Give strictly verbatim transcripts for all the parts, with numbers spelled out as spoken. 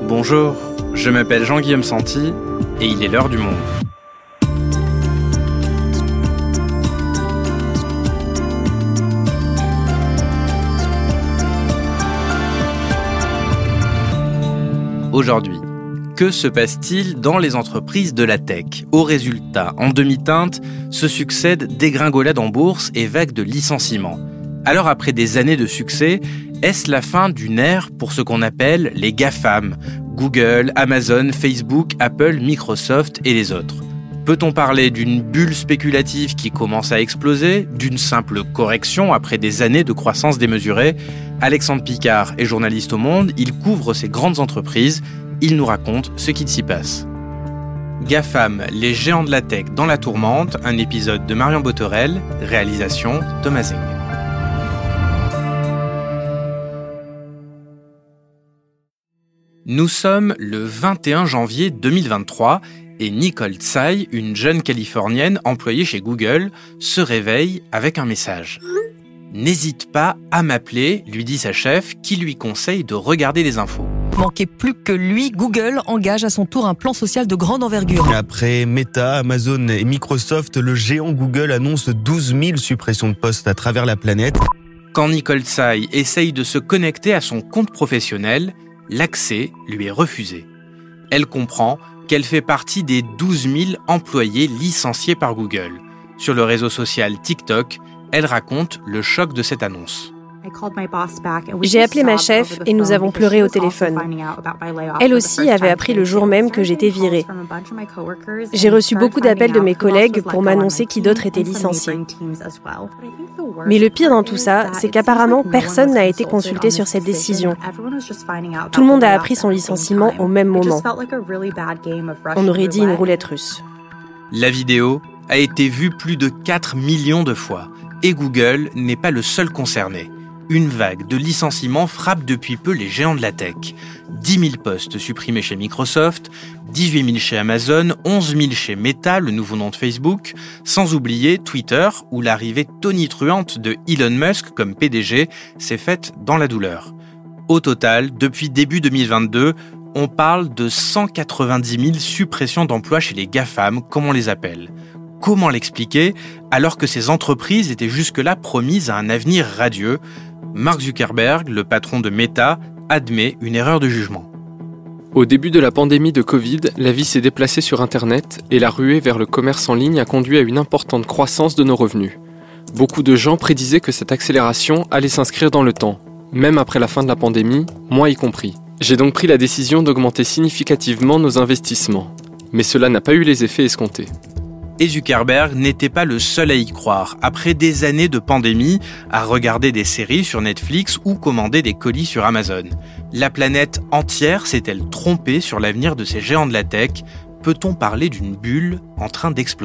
Bonjour, je m'appelle Jean-Guillaume Santi et il est l'heure du monde. Aujourd'hui, que se passe-t-il dans les entreprises de la tech ? Au résultat, en demi-teinte, se succèdent dégringolades en bourse et vagues de licenciements. Alors après des années de succès, est-ce la fin d'une ère pour ce qu'on appelle les GAFAM ? Google, Amazon, Facebook, Apple, Microsoft et les autres. Peut-on parler d'une bulle spéculative qui commence à exploser, d'une simple correction après des années de croissance démesurée ? Alexandre Picard est journaliste au Monde, il couvre ces grandes entreprises, il nous raconte ce qu'il s'y passe. GAFAM, les géants de la tech dans la tourmente, un épisode de Marion Botorel, réalisation Thomas Zing. Nous sommes le vingt et un janvier deux mille vingt-trois et Nicole Tsai, une jeune Californienne employée chez Google, se réveille avec un message. « N'hésite pas à m'appeler », lui dit sa chef, qui lui conseille de regarder les infos. Manquait plus que lui, Google engage à son tour un plan social de grande envergure. Après Meta, Amazon et Microsoft, le géant Google annonce douze mille suppressions de postes à travers la planète. Quand Nicole Tsai essaye de se connecter à son compte professionnel, l'accès lui est refusé. Elle comprend qu'elle fait partie des douze mille employés licenciés par Google. Sur le réseau social TikTok, elle raconte le choc de cette annonce. J'ai appelé ma chef et nous avons pleuré au téléphone. Elle aussi avait appris le jour même que j'étais virée. J'ai reçu beaucoup d'appels de mes collègues pour m'annoncer qui d'autres étaient licenciés. Mais le pire dans tout ça, c'est qu'apparemment personne n'a été consulté sur cette décision. Tout le monde a appris son licenciement au même moment. On aurait dit une roulette russe. La vidéo a été vue plus de quatre millions de fois. Et Google n'est pas le seul concerné. Une vague de licenciements frappe depuis peu les géants de la tech. dix mille postes supprimés chez Microsoft, dix-huit mille chez Amazon, onze mille chez Meta, le nouveau nom de Facebook, sans oublier Twitter, où l'arrivée tonitruante de Elon Musk comme P D G s'est faite dans la douleur. Au total, depuis début deux mille vingt-deux, on parle de cent quatre-vingt-dix mille suppressions d'emplois chez les GAFAM, comme on les appelle. Comment l'expliquer alors que ces entreprises étaient jusque-là promises à un avenir radieux ? Mark Zuckerberg, le patron de Meta, admet une erreur de jugement. Au début de la pandémie de Covid, la vie s'est déplacée sur Internet et la ruée vers le commerce en ligne a conduit à une importante croissance de nos revenus. Beaucoup de gens prédisaient que cette accélération allait s'inscrire dans le temps, même après la fin de la pandémie, moi y compris. J'ai donc pris la décision d'augmenter significativement nos investissements. Mais cela n'a pas eu les effets escomptés. Et Zuckerberg n'était pas le seul à y croire. Après des années de pandémie, à regarder des séries sur Netflix ou commander des colis sur Amazon. La planète entière s'est-elle trompée sur l'avenir de ces géants de la tech ? Peut-on parler d'une bulle en train d'exploser ?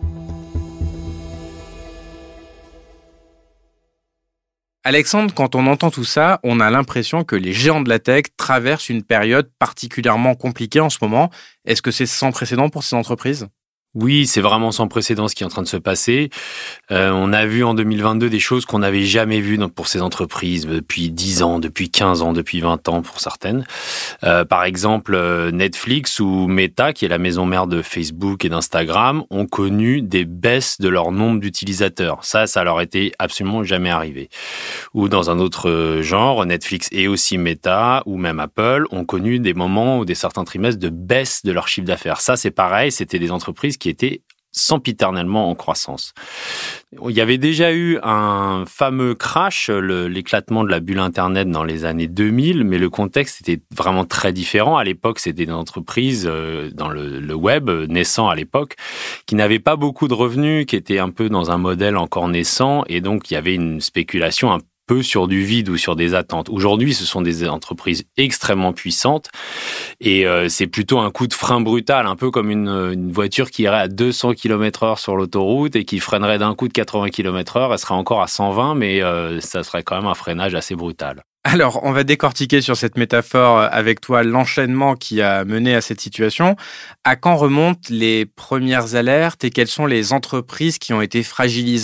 Alexandre, quand on entend tout ça, on a l'impression que les géants de la tech traversent une période particulièrement compliquée en ce moment. Est-ce que c'est sans précédent pour ces entreprises ? Oui, c'est vraiment sans précédent ce qui est en train de se passer. Euh, on a vu en deux mille vingt-deux des choses qu'on n'avait jamais vues pour ces entreprises depuis dix ans, depuis quinze ans, depuis vingt ans pour certaines. Euh, par exemple, Netflix ou Meta, qui est la maison mère de Facebook et d'Instagram, ont connu des baisses de leur nombre d'utilisateurs. Ça, ça leur était absolument jamais arrivé. Ou dans un autre genre, Netflix et aussi Meta, ou même Apple, ont connu des moments ou des certains trimestres de baisse de leur chiffre d'affaires. Ça, c'est pareil, c'était des entreprises qui qui était sempiternellement en croissance. Il y avait déjà eu un fameux crash, le, l'éclatement de la bulle Internet dans les années deux mille, mais le contexte était vraiment très différent. À l'époque, c'était des entreprises euh, dans le, le web, naissant à l'époque, qui n'avaient pas beaucoup de revenus, qui étaient un peu dans un modèle encore naissant, et donc il y avait une spéculation un peu sur du vide ou sur des attentes. Aujourd'hui, ce sont des entreprises extrêmement puissantes et euh, c'est plutôt un coup de frein brutal, un peu comme une, une voiture qui irait à deux cents kilomètres heure sur l'autoroute et qui freinerait d'un coup de quatre-vingts kilomètres heure. Elle serait encore à cent vingt, mais euh, ça serait quand même un freinage assez brutal. Alors, on va décortiquer sur cette métaphore avec toi l'enchaînement qui a mené à cette situation. À quand remontent les premières alertes et quelles sont les entreprises qui ont été fragilisées en premier ?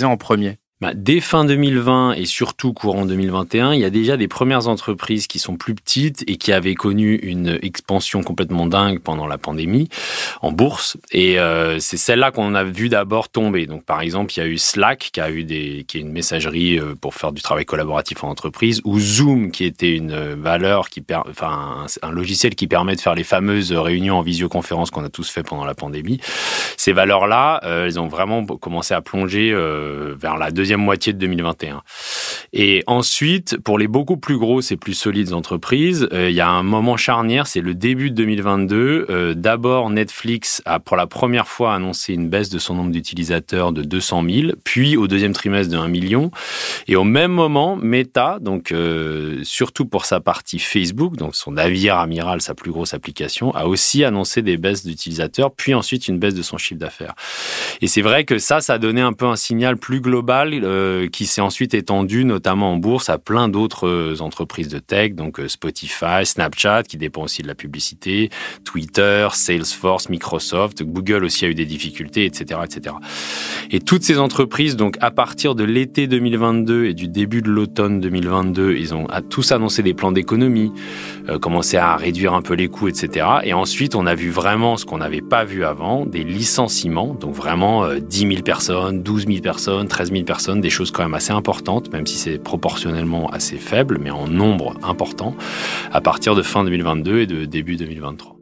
Bah, dès fin deux mille vingt et surtout courant deux mille vingt et un, il y a déjà des premières entreprises qui sont plus petites et qui avaient connu une expansion complètement dingue pendant la pandémie en bourse. Et euh, c'est celle-là qu'on a vu d'abord tomber. Donc, par exemple, il y a eu Slack qui a eu des, qui est une messagerie pour faire du travail collaboratif en entreprise, ou Zoom qui était une valeur qui, per, enfin, un, un logiciel qui permet de faire les fameuses réunions en visioconférence qu'on a tous fait pendant la pandémie. Ces valeurs-là, euh, elles ont vraiment commencé à plonger euh, vers la deuxième moitié de deux mille vingt et un. Et ensuite, pour les beaucoup plus grosses et plus solides entreprises, euh, il y a un moment charnière, c'est le début de deux mille vingt-deux. Euh, d'abord, Netflix a pour la première fois annoncé une baisse de son nombre d'utilisateurs de deux cent mille, puis au deuxième trimestre de un million. Et au même moment, Meta, donc euh, surtout pour sa partie Facebook, donc son navire amiral, sa plus grosse application, a aussi annoncé des baisses d'utilisateurs, puis ensuite une baisse de son chiffre d'affaires. Et c'est vrai que ça, ça a donné un peu un signal plus global euh, qui s'est ensuite étendu, notamment en bourse, à plein d'autres entreprises de tech, donc Spotify, Snapchat, qui dépend aussi de la publicité, Twitter, Salesforce, Microsoft, Google aussi a eu des difficultés, et cetera, et cetera. Et toutes ces entreprises, donc à partir de l'été deux mille vingt-deux et du début de l'automne deux mille vingt-deux, ils ont tous annoncé des plans d'économie, euh, commencé à réduire un peu les coûts, et cetera. Et ensuite, on a vu vraiment ce qu'on n'avait pas vu avant, des licenciements, donc vraiment euh, dix mille personnes, douze mille personnes, treize mille personnes, des choses quand même assez importantes, même si c'est proportionnellement assez faible, mais en nombre important, à partir de fin deux mille vingt-deux et de début deux mille vingt-trois.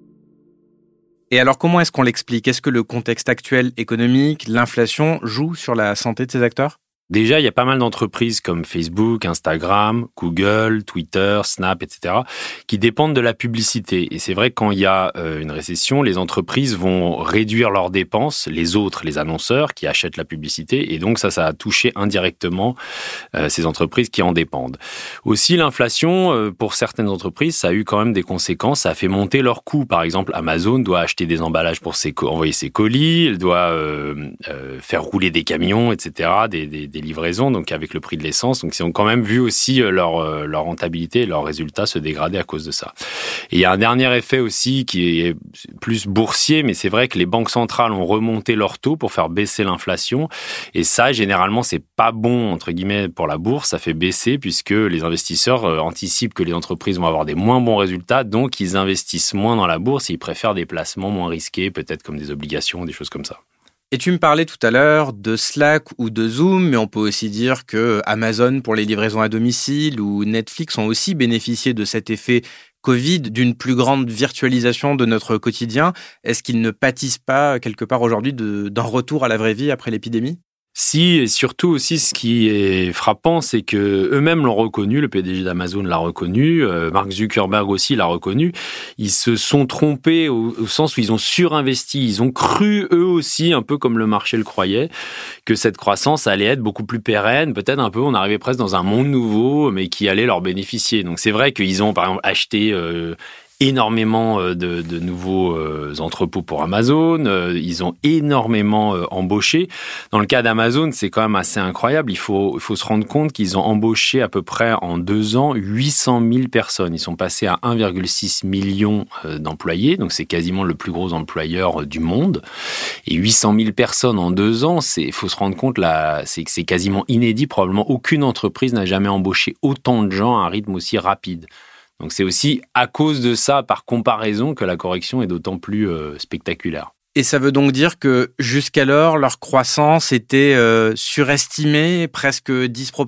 Et alors, comment est-ce qu'on l'explique ? Est-ce que le contexte actuel économique, l'inflation, joue sur la santé de ces acteurs ? Déjà, il y a pas mal d'entreprises comme Facebook, Instagram, Google, Twitter, Snap, et cetera, qui dépendent de la publicité. Et c'est vrai que quand il y a euh, une récession, les entreprises vont réduire leurs dépenses, les autres, les annonceurs qui achètent la publicité. Et donc ça, ça a touché indirectement euh, ces entreprises qui en dépendent. Aussi, l'inflation, euh, pour certaines entreprises, ça a eu quand même des conséquences. Ça a fait monter leurs coûts. Par exemple, Amazon doit acheter des emballages pour ses co- envoyer ses colis. Elle doit euh, euh, faire rouler des camions, et cetera, des, des des livraisons, donc avec le prix de l'essence. Donc, ils ont quand même vu aussi leur, leur rentabilité et leurs résultats se dégrader à cause de ça. Et il y a un dernier effet aussi qui est plus boursier, mais c'est vrai que les banques centrales ont remonté leurs taux pour faire baisser l'inflation. Et ça, généralement, c'est pas bon, entre guillemets, pour la bourse. Ça fait baisser puisque les investisseurs anticipent que les entreprises vont avoir des moins bons résultats, donc ils investissent moins dans la bourse et ils préfèrent des placements moins risqués, peut-être comme des obligations, des choses comme ça. Et tu me parlais tout à l'heure de Slack ou de Zoom, mais on peut aussi dire que Amazon pour les livraisons à domicile ou Netflix ont aussi bénéficié de cet effet Covid, d'une plus grande virtualisation de notre quotidien. Est-ce qu'ils ne pâtissent pas quelque part aujourd'hui de, d'un retour à la vraie vie après l'épidémie ? Si, et surtout aussi, ce qui est frappant, c'est que eux-mêmes l'ont reconnu, le P D G d'Amazon l'a reconnu, euh, Mark Zuckerberg aussi l'a reconnu. Ils se sont trompés au, au sens où ils ont surinvesti. Ils ont cru, eux aussi, un peu comme le marché le croyait, que cette croissance allait être beaucoup plus pérenne. Peut-être un peu, on arrivait presque dans un monde nouveau, mais qui allait leur bénéficier. Donc c'est vrai qu'ils ont, par exemple, acheté... Euh, énormément de, de nouveaux euh, entrepôts pour Amazon. Euh, ils ont énormément euh, embauché. Dans le cas d'Amazon, c'est quand même assez incroyable. Il faut, il faut se rendre compte qu'ils ont embauché à peu près en deux ans huit cent mille personnes. Ils sont passés à un virgule six million euh, d'employés. Donc, c'est quasiment le plus gros employeur euh, du monde. Et huit cent mille personnes en deux ans, c'est, il faut se rendre compte, là, c'est que c'est quasiment inédit. Probablement aucune entreprise n'a jamais embauché autant de gens à un rythme aussi rapide. Donc c'est aussi à cause de ça, par comparaison, que la correction est d'autant plus euh, spectaculaire. Et ça veut donc dire que jusqu'alors, leur croissance était euh, surestimée, presque disproportionnée ?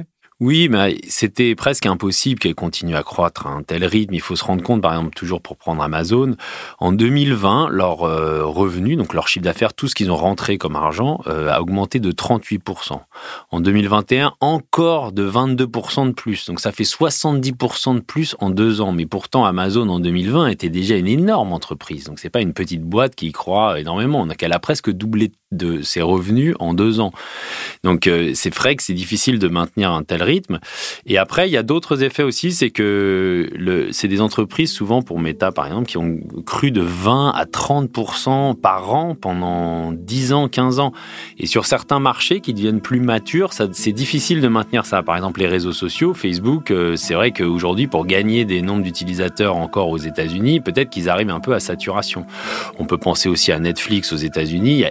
Oui, mais c'était presque impossible qu'elle continue à croître à un tel rythme. Il faut se rendre compte, par exemple, toujours pour prendre Amazon, en deux mille vingt, leur euh, revenu, donc leur chiffre d'affaires, tout ce qu'ils ont rentré comme argent, euh, a augmenté de trente-huit pour cent. En deux mille vingt et un, encore de vingt-deux pour cent de plus. Donc ça fait soixante-dix pour cent de plus en deux ans. Mais pourtant, Amazon, en deux mille vingt, était déjà une énorme entreprise. Donc c'est pas une petite boîte qui y croit énormément. Donc elle a presque doublé de ses revenus en deux ans. Donc euh, c'est vrai que c'est difficile de maintenir un tel rythme. Et après, il y a d'autres effets aussi, c'est que le, c'est des entreprises, souvent pour Meta par exemple, qui ont cru de vingt à trente pour cent par an pendant dix ans, quinze ans. Et sur certains marchés qui deviennent plus matures, ça, c'est difficile de maintenir ça. Par exemple, les réseaux sociaux, Facebook, euh, c'est vrai qu'aujourd'hui, pour gagner des nombres d'utilisateurs encore aux États-Unis, peut-être qu'ils arrivent un peu à saturation. On peut penser aussi à Netflix aux États-Unis, il y a énormément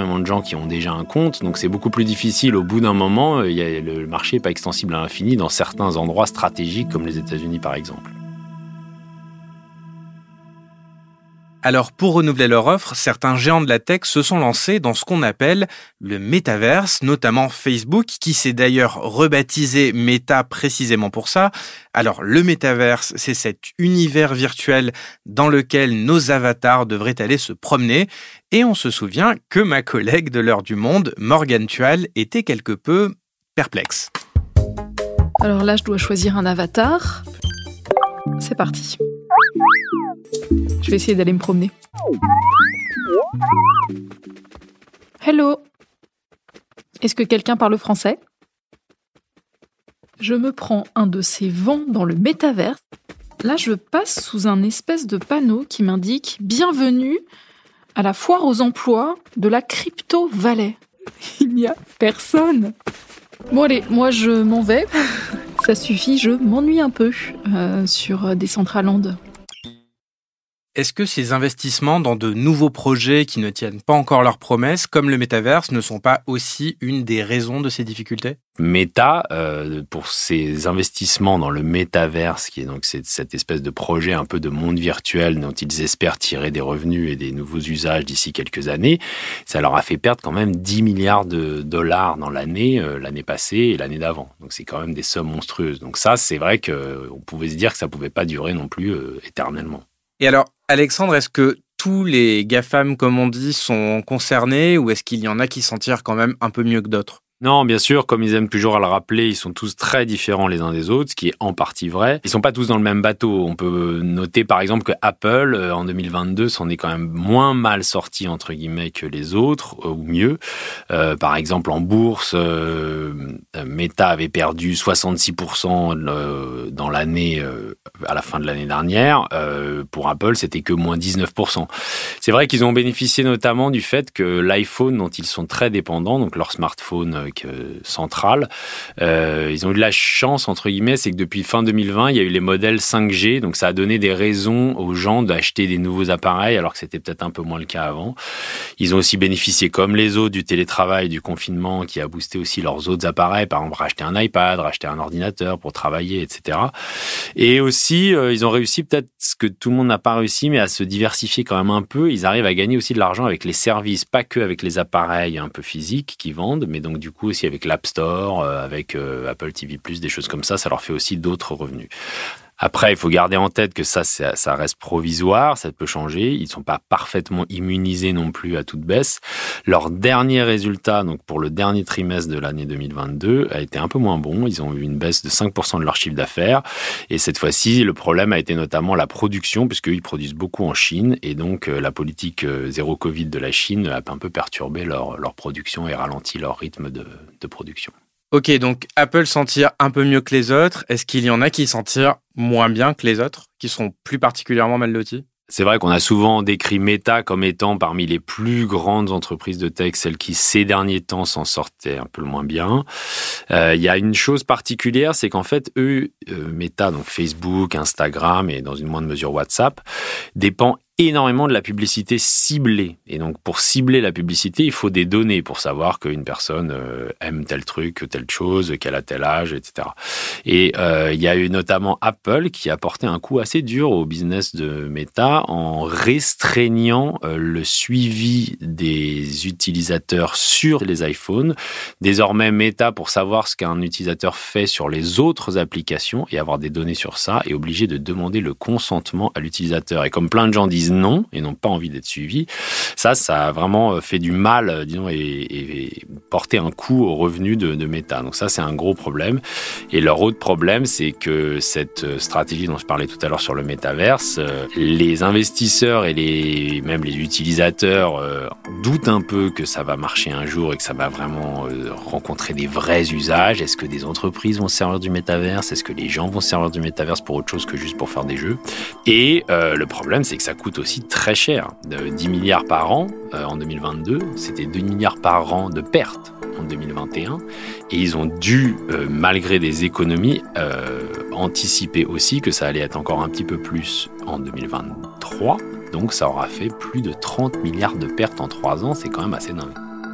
énormément de gens qui ont déjà un compte, donc c'est beaucoup plus difficile. Au bout d'un moment, il y a, le marché n'est pas extensible à l'infini dans certains endroits stratégiques comme les États-Unis par exemple. Alors, pour renouveler leur offre, certains géants de la tech se sont lancés dans ce qu'on appelle le métaverse, notamment Facebook, qui s'est d'ailleurs rebaptisé Meta précisément pour ça. Alors, le métaverse, c'est cet univers virtuel dans lequel nos avatars devraient aller se promener. Et on se souvient que ma collègue de l'heure du monde, Morgane Tual, était quelque peu perplexe. Alors là, je dois choisir un avatar. C'est parti. Je vais essayer d'aller me promener. Hello. Est-ce que quelqu'un parle français ? Je me prends un de ces vents dans le métaverse. Là, je passe sous un espèce de panneau qui m'indique « Bienvenue à la foire aux emplois de la Crypto Valley ». Il n'y a personne. Bon allez, moi je m'en vais. Ça suffit, je m'ennuie un peu euh, sur Decentraland. Est-ce que ces investissements dans de nouveaux projets qui ne tiennent pas encore leurs promesses, comme le métaverse, ne sont pas aussi une des raisons de ces difficultés ? Meta, euh, pour ses investissements dans le métaverse, qui est donc cette, cette espèce de projet un peu de monde virtuel dont ils espèrent tirer des revenus et des nouveaux usages d'ici quelques années, ça leur a fait perdre quand même dix milliards de dollars dans l'année, euh, l'année passée et l'année d'avant. Donc c'est quand même des sommes monstrueuses. Donc ça, c'est vrai qu'on pouvait se dire que ça ne pouvait pas durer non plus euh, éternellement. Et alors, Alexandre, est-ce que tous les GAFAM, comme on dit, sont concernés ou est-ce qu'il y en a qui s'en tirent quand même un peu mieux que d'autres ? Non, bien sûr, comme ils aiment toujours à le rappeler, ils sont tous très différents les uns des autres, ce qui est en partie vrai. Ils sont pas tous dans le même bateau. On peut noter par exemple que Apple, en deux mille vingt-deux, s'en est quand même moins mal sorti, entre guillemets, que les autres, ou mieux. Euh, par exemple, en bourse, euh, Meta avait perdu soixante-six pour cent dans l'année, euh, à la fin de l'année dernière. Euh, pour Apple, c'était que moins dix-neuf pour cent. C'est vrai qu'ils ont bénéficié notamment du fait que l'iPhone, dont ils sont très dépendants, donc leur smartphone centrale. Euh, ils ont eu de la chance, entre guillemets, c'est que depuis fin deux mille vingt, il y a eu les modèles cinq G, donc ça a donné des raisons aux gens d'acheter des nouveaux appareils, alors que c'était peut-être un peu moins le cas avant. Ils ont aussi bénéficié, comme les autres, du télétravail, du confinement, qui a boosté aussi leurs autres appareils, par exemple, racheter un iPad, racheter un ordinateur pour travailler, et cetera. Et aussi, euh, ils ont réussi peut-être ce que tout le monde n'a pas réussi, mais à se diversifier quand même un peu. Ils arrivent à gagner aussi de l'argent avec les services, pas que avec les appareils un peu physiques qu'ils vendent, mais donc du coup aussi avec l'App Store, euh, avec euh, Apple T V plus, des choses comme ça, ça leur fait aussi d'autres revenus. Après, il faut garder en tête que ça, ça, ça reste provisoire, ça peut changer. Ils ne sont pas parfaitement immunisés non plus à toute baisse. Leur dernier résultat, donc pour le dernier trimestre de l'année deux mille vingt-deux, a été un peu moins bon. Ils ont eu une baisse de cinq pour cent de leur chiffre d'affaires. Et cette fois-ci, le problème a été notamment la production, puisqu'eux, ils produisent beaucoup en Chine. Et donc, la politique zéro Covid de la Chine a un peu perturbé leur, leur production et ralenti leur rythme de, de production. Ok, donc Apple s'en tire un peu mieux que les autres. Est-ce qu'il y en a qui s'en tirent moins bien que les autres, qui sont plus particulièrement mal lotis ? C'est vrai qu'on a souvent décrit Meta comme étant parmi les plus grandes entreprises de tech, celles qui, ces derniers temps, s'en sortaient un peu le moins bien. Euh, il y a une chose particulière, c'est qu'en fait, eux, euh, Meta, donc Facebook, Instagram et dans une moindre mesure WhatsApp, dépend énormément de la publicité ciblée. Et donc, pour cibler la publicité, il faut des données pour savoir qu'une personne euh, aime tel truc, telle chose, qu'elle a tel âge, et cetera. Et euh, il y a eu notamment Apple qui a porté un coup assez dur au business de Meta en restreignant euh, le suivi des utilisateurs sur les iPhones. Désormais, Meta, pour savoir ce qu'un utilisateur fait sur les autres applications et avoir des données sur ça, est obligé de demander le consentement à l'utilisateur. Et comme plein de gens disent non et n'ont pas envie d'être suivis, ça, ça a vraiment fait du mal, disons, et, et, et porté un coup aux revenus de, de Meta. Donc ça, c'est un gros problème. Et leur autre problème, c'est que cette stratégie dont je parlais tout à l'heure sur le métaverse, les investisseurs et les, même les utilisateurs euh, doutent un peu que ça va marcher un jour et que ça va vraiment euh, rencontrer des vrais usages. Est-ce que des entreprises vont se servir du métaverse ? Est-ce que les gens vont se servir du métaverse pour autre chose que juste pour faire des jeux ? Et euh, le problème, c'est que ça coûte aussi très cher. De dix milliards par an euh, en deux mille vingt-deux, c'était deux milliards par an de pertes en deux mille vingt et un. Et ils ont dû, euh, malgré des économies, euh, anticiper aussi que ça allait être encore un petit peu plus en deux mille vingt-trois. Donc ça aura fait plus de trente milliards de pertes en trois ans. C'est quand même assez dingue.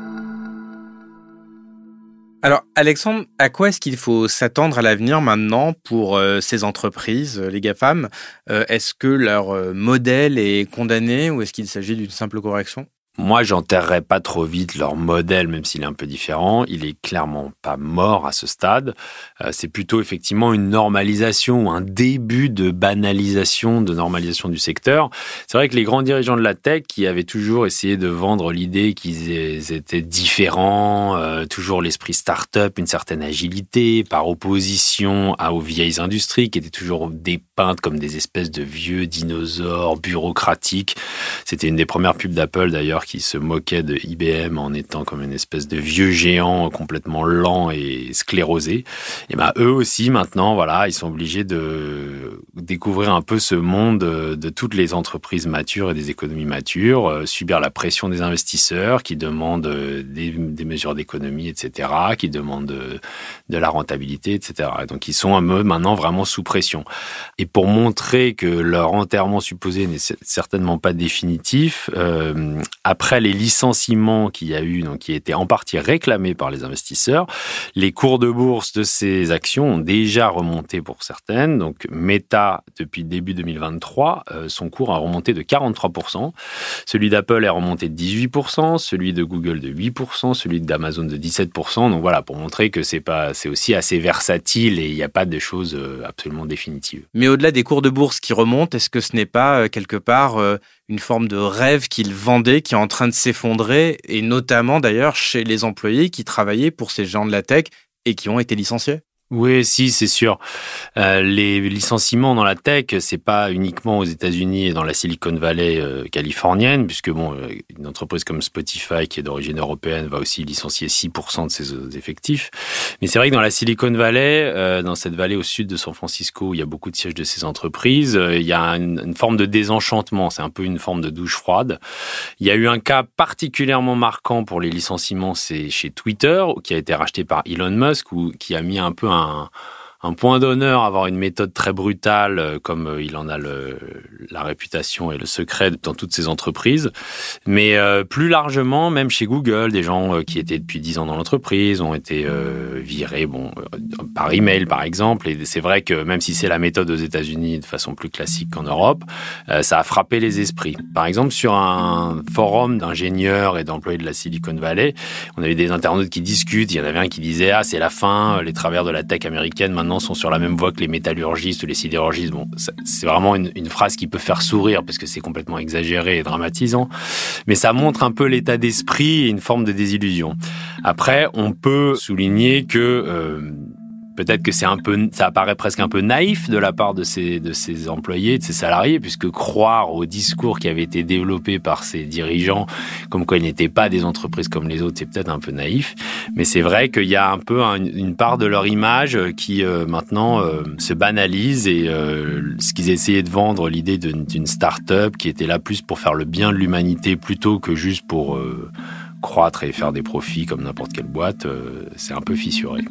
Alors, Alexandre, à quoi est-ce qu'il faut s'attendre à l'avenir maintenant pour euh, ces entreprises, les GAFAM ? euh, Est-ce que leur euh, modèle est condamné ou est-ce qu'il s'agit d'une simple correction ? Moi, j'enterrerais pas trop vite leur modèle, même s'il est un peu différent. Il est clairement pas mort à ce stade. Euh, c'est plutôt effectivement une normalisation ou un début de banalisation, de normalisation du secteur. C'est vrai que les grands dirigeants de la tech qui avaient toujours essayé de vendre l'idée qu'ils étaient différents, euh, toujours l'esprit start-up, une certaine agilité, par opposition à, aux vieilles industries qui étaient toujours dépeintes comme des espèces de vieux dinosaures bureaucratiques. C'était une des premières pubs d'Apple d'ailleurs, qui se moquait de I B M en étant comme une espèce de vieux géant complètement lent et sclérosé. Et ben eux aussi maintenant, voilà, ils sont obligés de découvrir un peu ce monde de toutes les entreprises matures et des économies matures, euh, subir la pression des investisseurs qui demandent des, des mesures d'économie, et cetera, qui demandent de, de la rentabilité, et cetera. Et donc ils sont un peu maintenant vraiment sous pression. Et pour montrer que leur enterrement supposé n'est certainement pas définitif, euh, après les licenciements qu'il y a eu, donc qui étaient en partie réclamés par les investisseurs, les cours de bourse de ces actions ont déjà remonté pour certaines. Donc Meta, depuis début deux mille vingt-trois, euh, son cours a remonté de quarante-trois pour cent. Celui d'Apple est remonté de dix-huit pour cent, celui de Google de huit pour cent, celui d'Amazon de dix-sept pour cent. Donc voilà, pour montrer que c'est pas, c'est aussi assez versatile et il n'y a pas de choses absolument définitives. Mais au-delà des cours de bourse qui remontent, est-ce que ce n'est pas quelque part euh, une forme de rêve qu'ils vendaient qui est en train de s'effondrer, et notamment d'ailleurs chez les employés qui travaillaient pour ces géants de la tech et qui ont été licenciés ? Oui, si, c'est sûr. Euh, les licenciements dans la tech, c'est pas uniquement aux États-Unis et dans la Silicon Valley euh, californienne, puisque bon, une entreprise comme Spotify, qui est d'origine européenne, va aussi licencier six pour cent de ses effectifs. Mais c'est vrai que dans la Silicon Valley, euh, dans cette vallée au sud de San Francisco, où il y a beaucoup de sièges de ces entreprises, euh, il y a une, une forme de désenchantement. C'est un peu une forme de douche froide. Il y a eu un cas particulièrement marquant pour les licenciements, c'est chez Twitter, qui a été racheté par Elon Musk, ou qui a mis un peu un Un, un point d'honneur à avoir une méthode très brutale, comme il en a le, la réputation et le secret dans toutes ces entreprises. Mais euh, plus largement, même chez Google, des gens qui étaient depuis dix ans dans l'entreprise ont été euh, virés, bon, par email par exemple. Et c'est vrai que même si c'est la méthode aux États-Unis de façon plus classique qu'en Europe, euh, ça a frappé les esprits. Par exemple, sur un forum d'ingénieurs et d'employés de la Silicon Valley, on avait des internautes qui discutent. Il y en avait un qui disait « Ah, c'est la fin, les travailleurs de la tech américaine maintenant sont sur la même voie que les métallurgistes ou les sidérurgistes. » Bon, c'est vraiment une, une phrase qui peut faire sourire parce que c'est complètement exagéré et dramatisant. Mais ça montre un peu l'état d'esprit et une forme de désillusion. Après, on peut souligner que euh, peut-être que c'est un peu, ça apparaît presque un peu naïf de la part de ces, de ces employés, de ces salariés, puisque croire au discours qui avait été développé par ces dirigeants, comme quoi ils n'étaient pas des entreprises comme les autres, c'est peut-être un peu naïf. Mais c'est vrai qu'il y a un peu un, une part de leur image qui euh, maintenant euh, se banalise, et euh, ce qu'ils essayaient de vendre, l'idée d'une, d'une start-up qui était là plus pour faire le bien de l'humanité plutôt que juste pour euh, croître et faire des profits comme n'importe quelle boîte, euh, c'est un peu fissuré.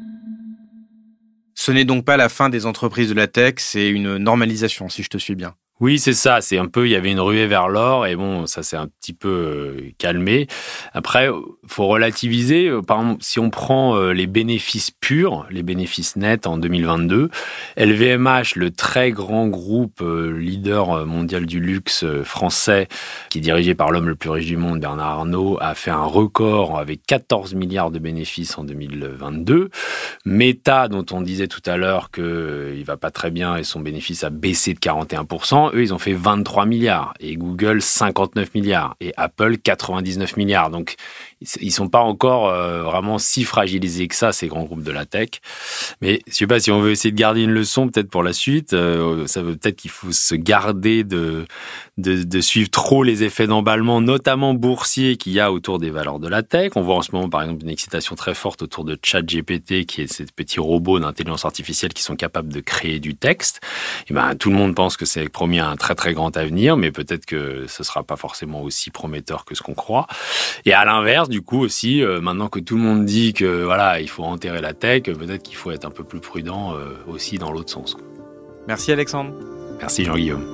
Ce n'est donc pas la fin des entreprises de la tech, c'est une normalisation, si je te suis bien. Oui, c'est ça. C'est un peu, il y avait une ruée vers l'or et bon, ça s'est un petit peu euh, calmé. Après, faut relativiser. Par exemple, si on prend euh, les bénéfices purs, les bénéfices nets en deux mille vingt-deux, L V M H, le très grand groupe euh, leader mondial du luxe euh, français, qui est dirigé par l'homme le plus riche du monde, Bernard Arnault, a fait un record avec quatorze milliards de bénéfices en deux mille vingt-deux. Meta, dont on disait tout à l'heure qu'il euh, va pas très bien et son bénéfice a baissé de quarante et un pour cent, eux, ils ont fait vingt-trois milliards, et Google cinquante-neuf milliards, et Apple quatre-vingt-dix-neuf milliards. Donc, ils sont pas encore euh, vraiment si fragilisés que ça, ces grands groupes de la tech. Mais je sais pas, si on veut essayer de garder une leçon peut-être pour la suite, euh, ça veut peut-être qu'il faut se garder de, de, de suivre trop les effets d'emballement, notamment boursiers, qu'il y a autour des valeurs de la tech. On voit en ce moment, par exemple, une excitation très forte autour de ChatGPT, qui est ces petits robots d'intelligence artificielle qui sont capables de créer du texte. Et ben, tout le monde pense que c'est promis un très très grand avenir, mais peut-être que ce sera pas forcément aussi prometteur que ce qu'on croit. Et à l'inverse, du coup aussi, euh, maintenant que tout le monde dit que voilà, il faut enterrer la tech, peut-être qu'il faut être un peu plus prudent euh, aussi dans l'autre sens. Merci Alexandre. Merci Jean-Guillaume.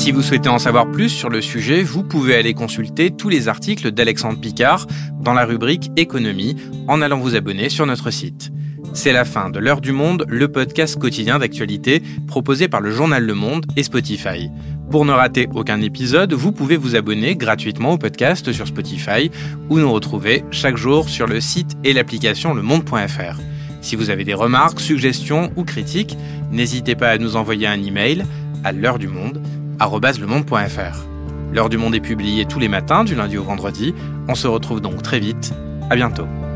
Si vous souhaitez en savoir plus sur le sujet, vous pouvez aller consulter tous les articles d'Alexandre Picard dans la rubrique Économie en allant vous abonner sur notre site. C'est la fin de L'Heure du Monde, le podcast quotidien d'actualité proposé par le journal Le Monde et Spotify. Pour ne rater aucun épisode, vous pouvez vous abonner gratuitement au podcast sur Spotify ou nous retrouver chaque jour sur le site et l'application lemonde point f r. Si vous avez des remarques, suggestions ou critiques, n'hésitez pas à nous envoyer un email à l'heure du monde arobase lemonde point f r. L'Heure du Monde est publiée tous les matins du lundi au vendredi. On se retrouve donc très vite. À bientôt.